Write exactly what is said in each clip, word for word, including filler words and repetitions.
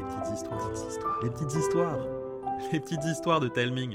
petites histoires, les petites histoires, les petites histoires de Telming.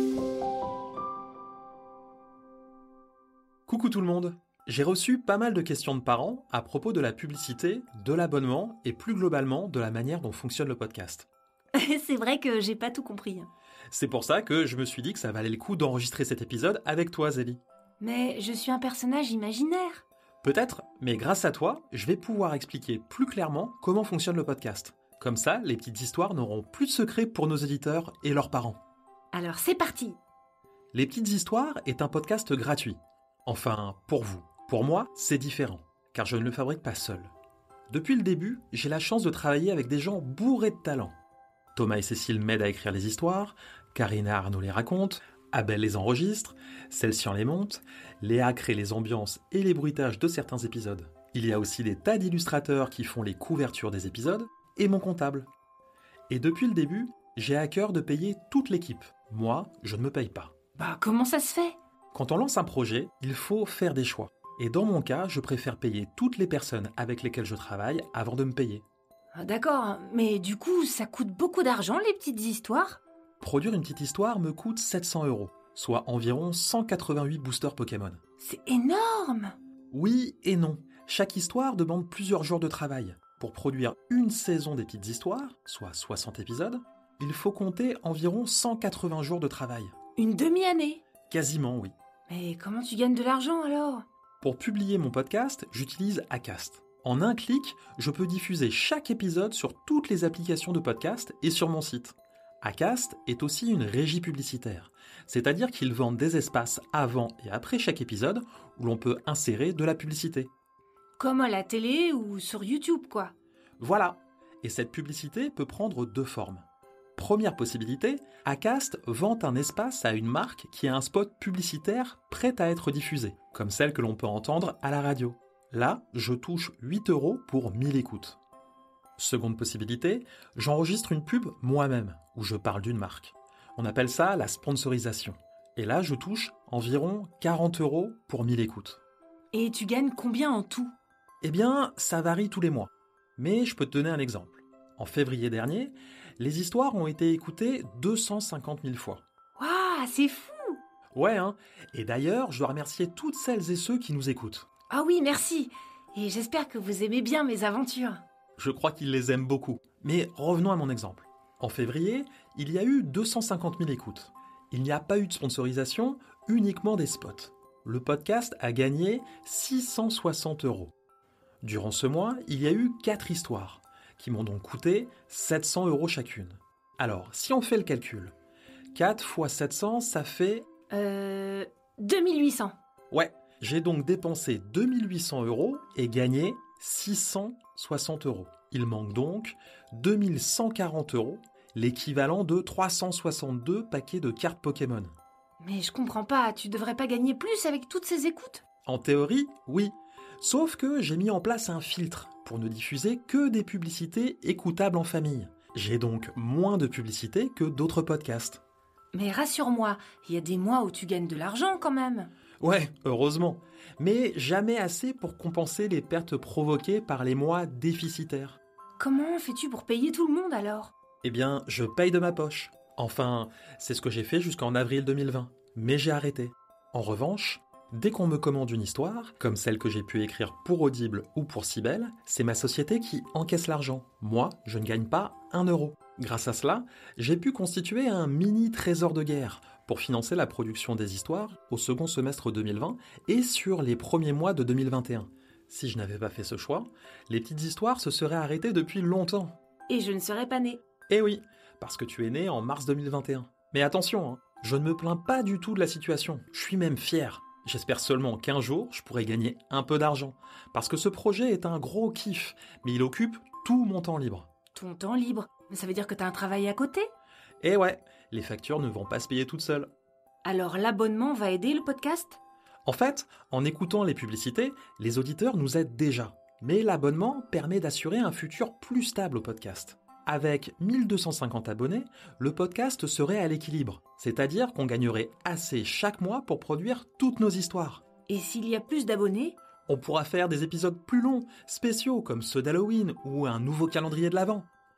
Coucou tout le monde. J'ai reçu pas mal de questions de parents à propos de la publicité, de l'abonnement et plus globalement de la manière dont fonctionne le podcast. C'est vrai que j'ai pas tout compris. C'est pour ça que je me suis dit que ça valait le coup d'enregistrer cet épisode avec toi, Zélie. Mais je suis un personnage imaginaire. Peut-être, mais grâce à toi, je vais pouvoir expliquer plus clairement comment fonctionne le podcast. Comme ça, les petites histoires n'auront plus de secrets pour nos éditeurs et leurs parents. Alors c'est parti. Les petites histoires est un podcast gratuit. Enfin, pour vous. Pour moi, c'est différent, car je ne le fabrique pas seul. Depuis le début, j'ai la chance de travailler avec des gens bourrés de talent. Thomas et Cécile m'aident à écrire les histoires, Karine et Arnaud les racontent, Abel les enregistre, Celsian les monte, Léa crée les ambiances et les bruitages de certains épisodes. Il y a aussi des tas d'illustrateurs qui font les couvertures des épisodes, et mon comptable. Et depuis le début, j'ai à cœur de payer toute l'équipe. Moi, je ne me paye pas. Bah comment ça se fait? Quand on lance un projet, il faut faire des choix. Et dans mon cas, je préfère payer toutes les personnes avec lesquelles je travaille avant de me payer. Ah, d'accord, mais du coup, ça coûte beaucoup d'argent les petites histoires? Produire une petite histoire me coûte sept cents euros, soit environ cent quatre-vingt-huit boosters Pokémon. C'est énorme! Oui et non. Chaque histoire demande plusieurs jours de travail. Pour produire une saison des petites histoires, soit soixante épisodes, il faut compter environ cent quatre-vingts jours de travail. Une demi-année? Quasiment, oui. Mais comment tu gagnes de l'argent alors? Pour publier mon podcast, j'utilise Acast. En un clic, je peux diffuser chaque épisode sur toutes les applications de podcast et sur mon site. Acast est aussi une régie publicitaire, c'est-à-dire qu'ils vendent des espaces avant et après chaque épisode où l'on peut insérer de la publicité. Comme à la télé ou sur YouTube, quoi. Voilà. Et cette publicité peut prendre deux formes. Première possibilité, Acast vend un espace à une marque qui a un spot publicitaire prêt à être diffusé, comme celle que l'on peut entendre à la radio. Là, je touche huit euros pour mille écoutes. Seconde possibilité, j'enregistre une pub moi-même, où je parle d'une marque. On appelle ça la sponsorisation. Et là, je touche environ quarante euros pour mille écoutes. Et tu gagnes combien en tout? Eh bien, ça varie tous les mois. Mais je peux te donner un exemple. En février dernier, les histoires ont été écoutées deux cent cinquante mille fois. Waouh, c'est fou! Ouais, hein. Et d'ailleurs, je dois remercier toutes celles et ceux qui nous écoutent. Ah oui, merci. Et j'espère que vous aimez bien mes aventures. Je crois qu'ils les aiment beaucoup. Mais revenons à mon exemple. En février, il y a eu deux cent cinquante mille écoutes. Il n'y a pas eu de sponsorisation, uniquement des spots. Le podcast a gagné six cent soixante euros. Durant ce mois, il y a eu quatre histoires, qui m'ont donc coûté sept cents euros chacune. Alors, si on fait le calcul, quatre fois sept cents, ça fait... Euh... deux mille huit cents. Ouais, j'ai donc dépensé deux mille huit cents euros et gagné six cent soixante euros. Il manque donc deux mille cent quarante euros, l'équivalent de trois cent soixante-deux paquets de cartes Pokémon. Mais je comprends pas, tu devrais pas gagner plus avec toutes ces écoutes? En théorie, oui. Sauf que j'ai mis en place un filtre pour ne diffuser que des publicités écoutables en famille. J'ai donc moins de publicités que d'autres podcasts. Mais rassure-moi, il y a des mois où tu gagnes de l'argent quand même. Ouais, heureusement. Mais jamais assez pour compenser les pertes provoquées par les mois déficitaires. Comment fais-tu pour payer tout le monde alors? Eh bien, je paye de ma poche. Enfin, c'est ce que j'ai fait jusqu'en avril deux mille vingt. Mais j'ai arrêté. En revanche, dès qu'on me commande une histoire, comme celle que j'ai pu écrire pour Audible ou pour Sibel, c'est ma société qui encaisse l'argent. Moi, je ne gagne pas un euro. Grâce à cela, j'ai pu constituer un mini trésor de guerre pour financer la production des histoires au second semestre deux mille vingt et sur les premiers mois de deux mille vingt et un. Si je n'avais pas fait ce choix, les petites histoires se seraient arrêtées depuis longtemps. Et je ne serais pas née. Eh oui, parce que tu es né en mars deux mille vingt et un. Mais attention, hein, je ne me plains pas du tout de la situation, je suis même fier. J'espère seulement qu'un jour, je pourrai gagner un peu d'argent. Parce que ce projet est un gros kiff, mais il occupe tout mon temps libre. Ton temps libre? Mais ça veut dire que t'as un travail à côté? Eh ouais, les factures ne vont pas se payer toutes seules. Alors l'abonnement va aider le podcast? En fait, en écoutant les publicités, les auditeurs nous aident déjà. Mais l'abonnement permet d'assurer un futur plus stable au podcast. Avec mille deux cent cinquante abonnés, le podcast serait à l'équilibre. C'est-à-dire qu'on gagnerait assez chaque mois pour produire toutes nos histoires. Et s'il y a plus d'abonnés? On pourra faire des épisodes plus longs, spéciaux comme ceux d'Halloween ou un nouveau calendrier de l'Avent.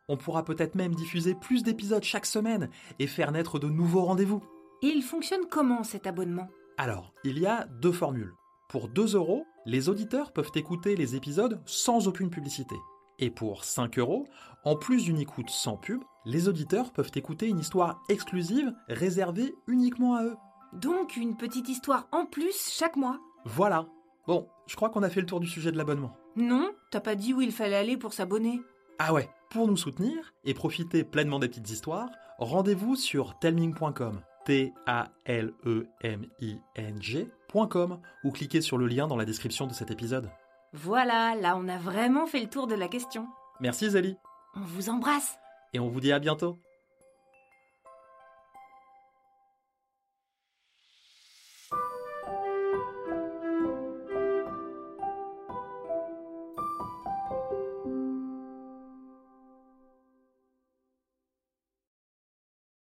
On pourra peut-être même diffuser plus d'épisodes chaque semaine et faire naître de nouveaux rendez-vous. Et il fonctionne comment cet abonnement ? Alors, il y a deux formules. Pour deux euros, les auditeurs peuvent écouter les épisodes sans aucune publicité. Et pour cinq euros, en plus d'une écoute sans pub, les auditeurs peuvent écouter une histoire exclusive réservée uniquement à eux. Donc une petite histoire en plus chaque mois. Voilà. Bon, je crois qu'on a fait le tour du sujet de l'abonnement. Non, t'as pas dit où il fallait aller pour s'abonner. Ah ouais, pour nous soutenir et profiter pleinement des petites histoires, rendez-vous sur telming point com, T A L E M I N G point com, ou cliquez sur le lien dans la description de cet épisode. Voilà, là on a vraiment fait le tour de la question. Merci Zélie. On vous embrasse. Et on vous dit à bientôt.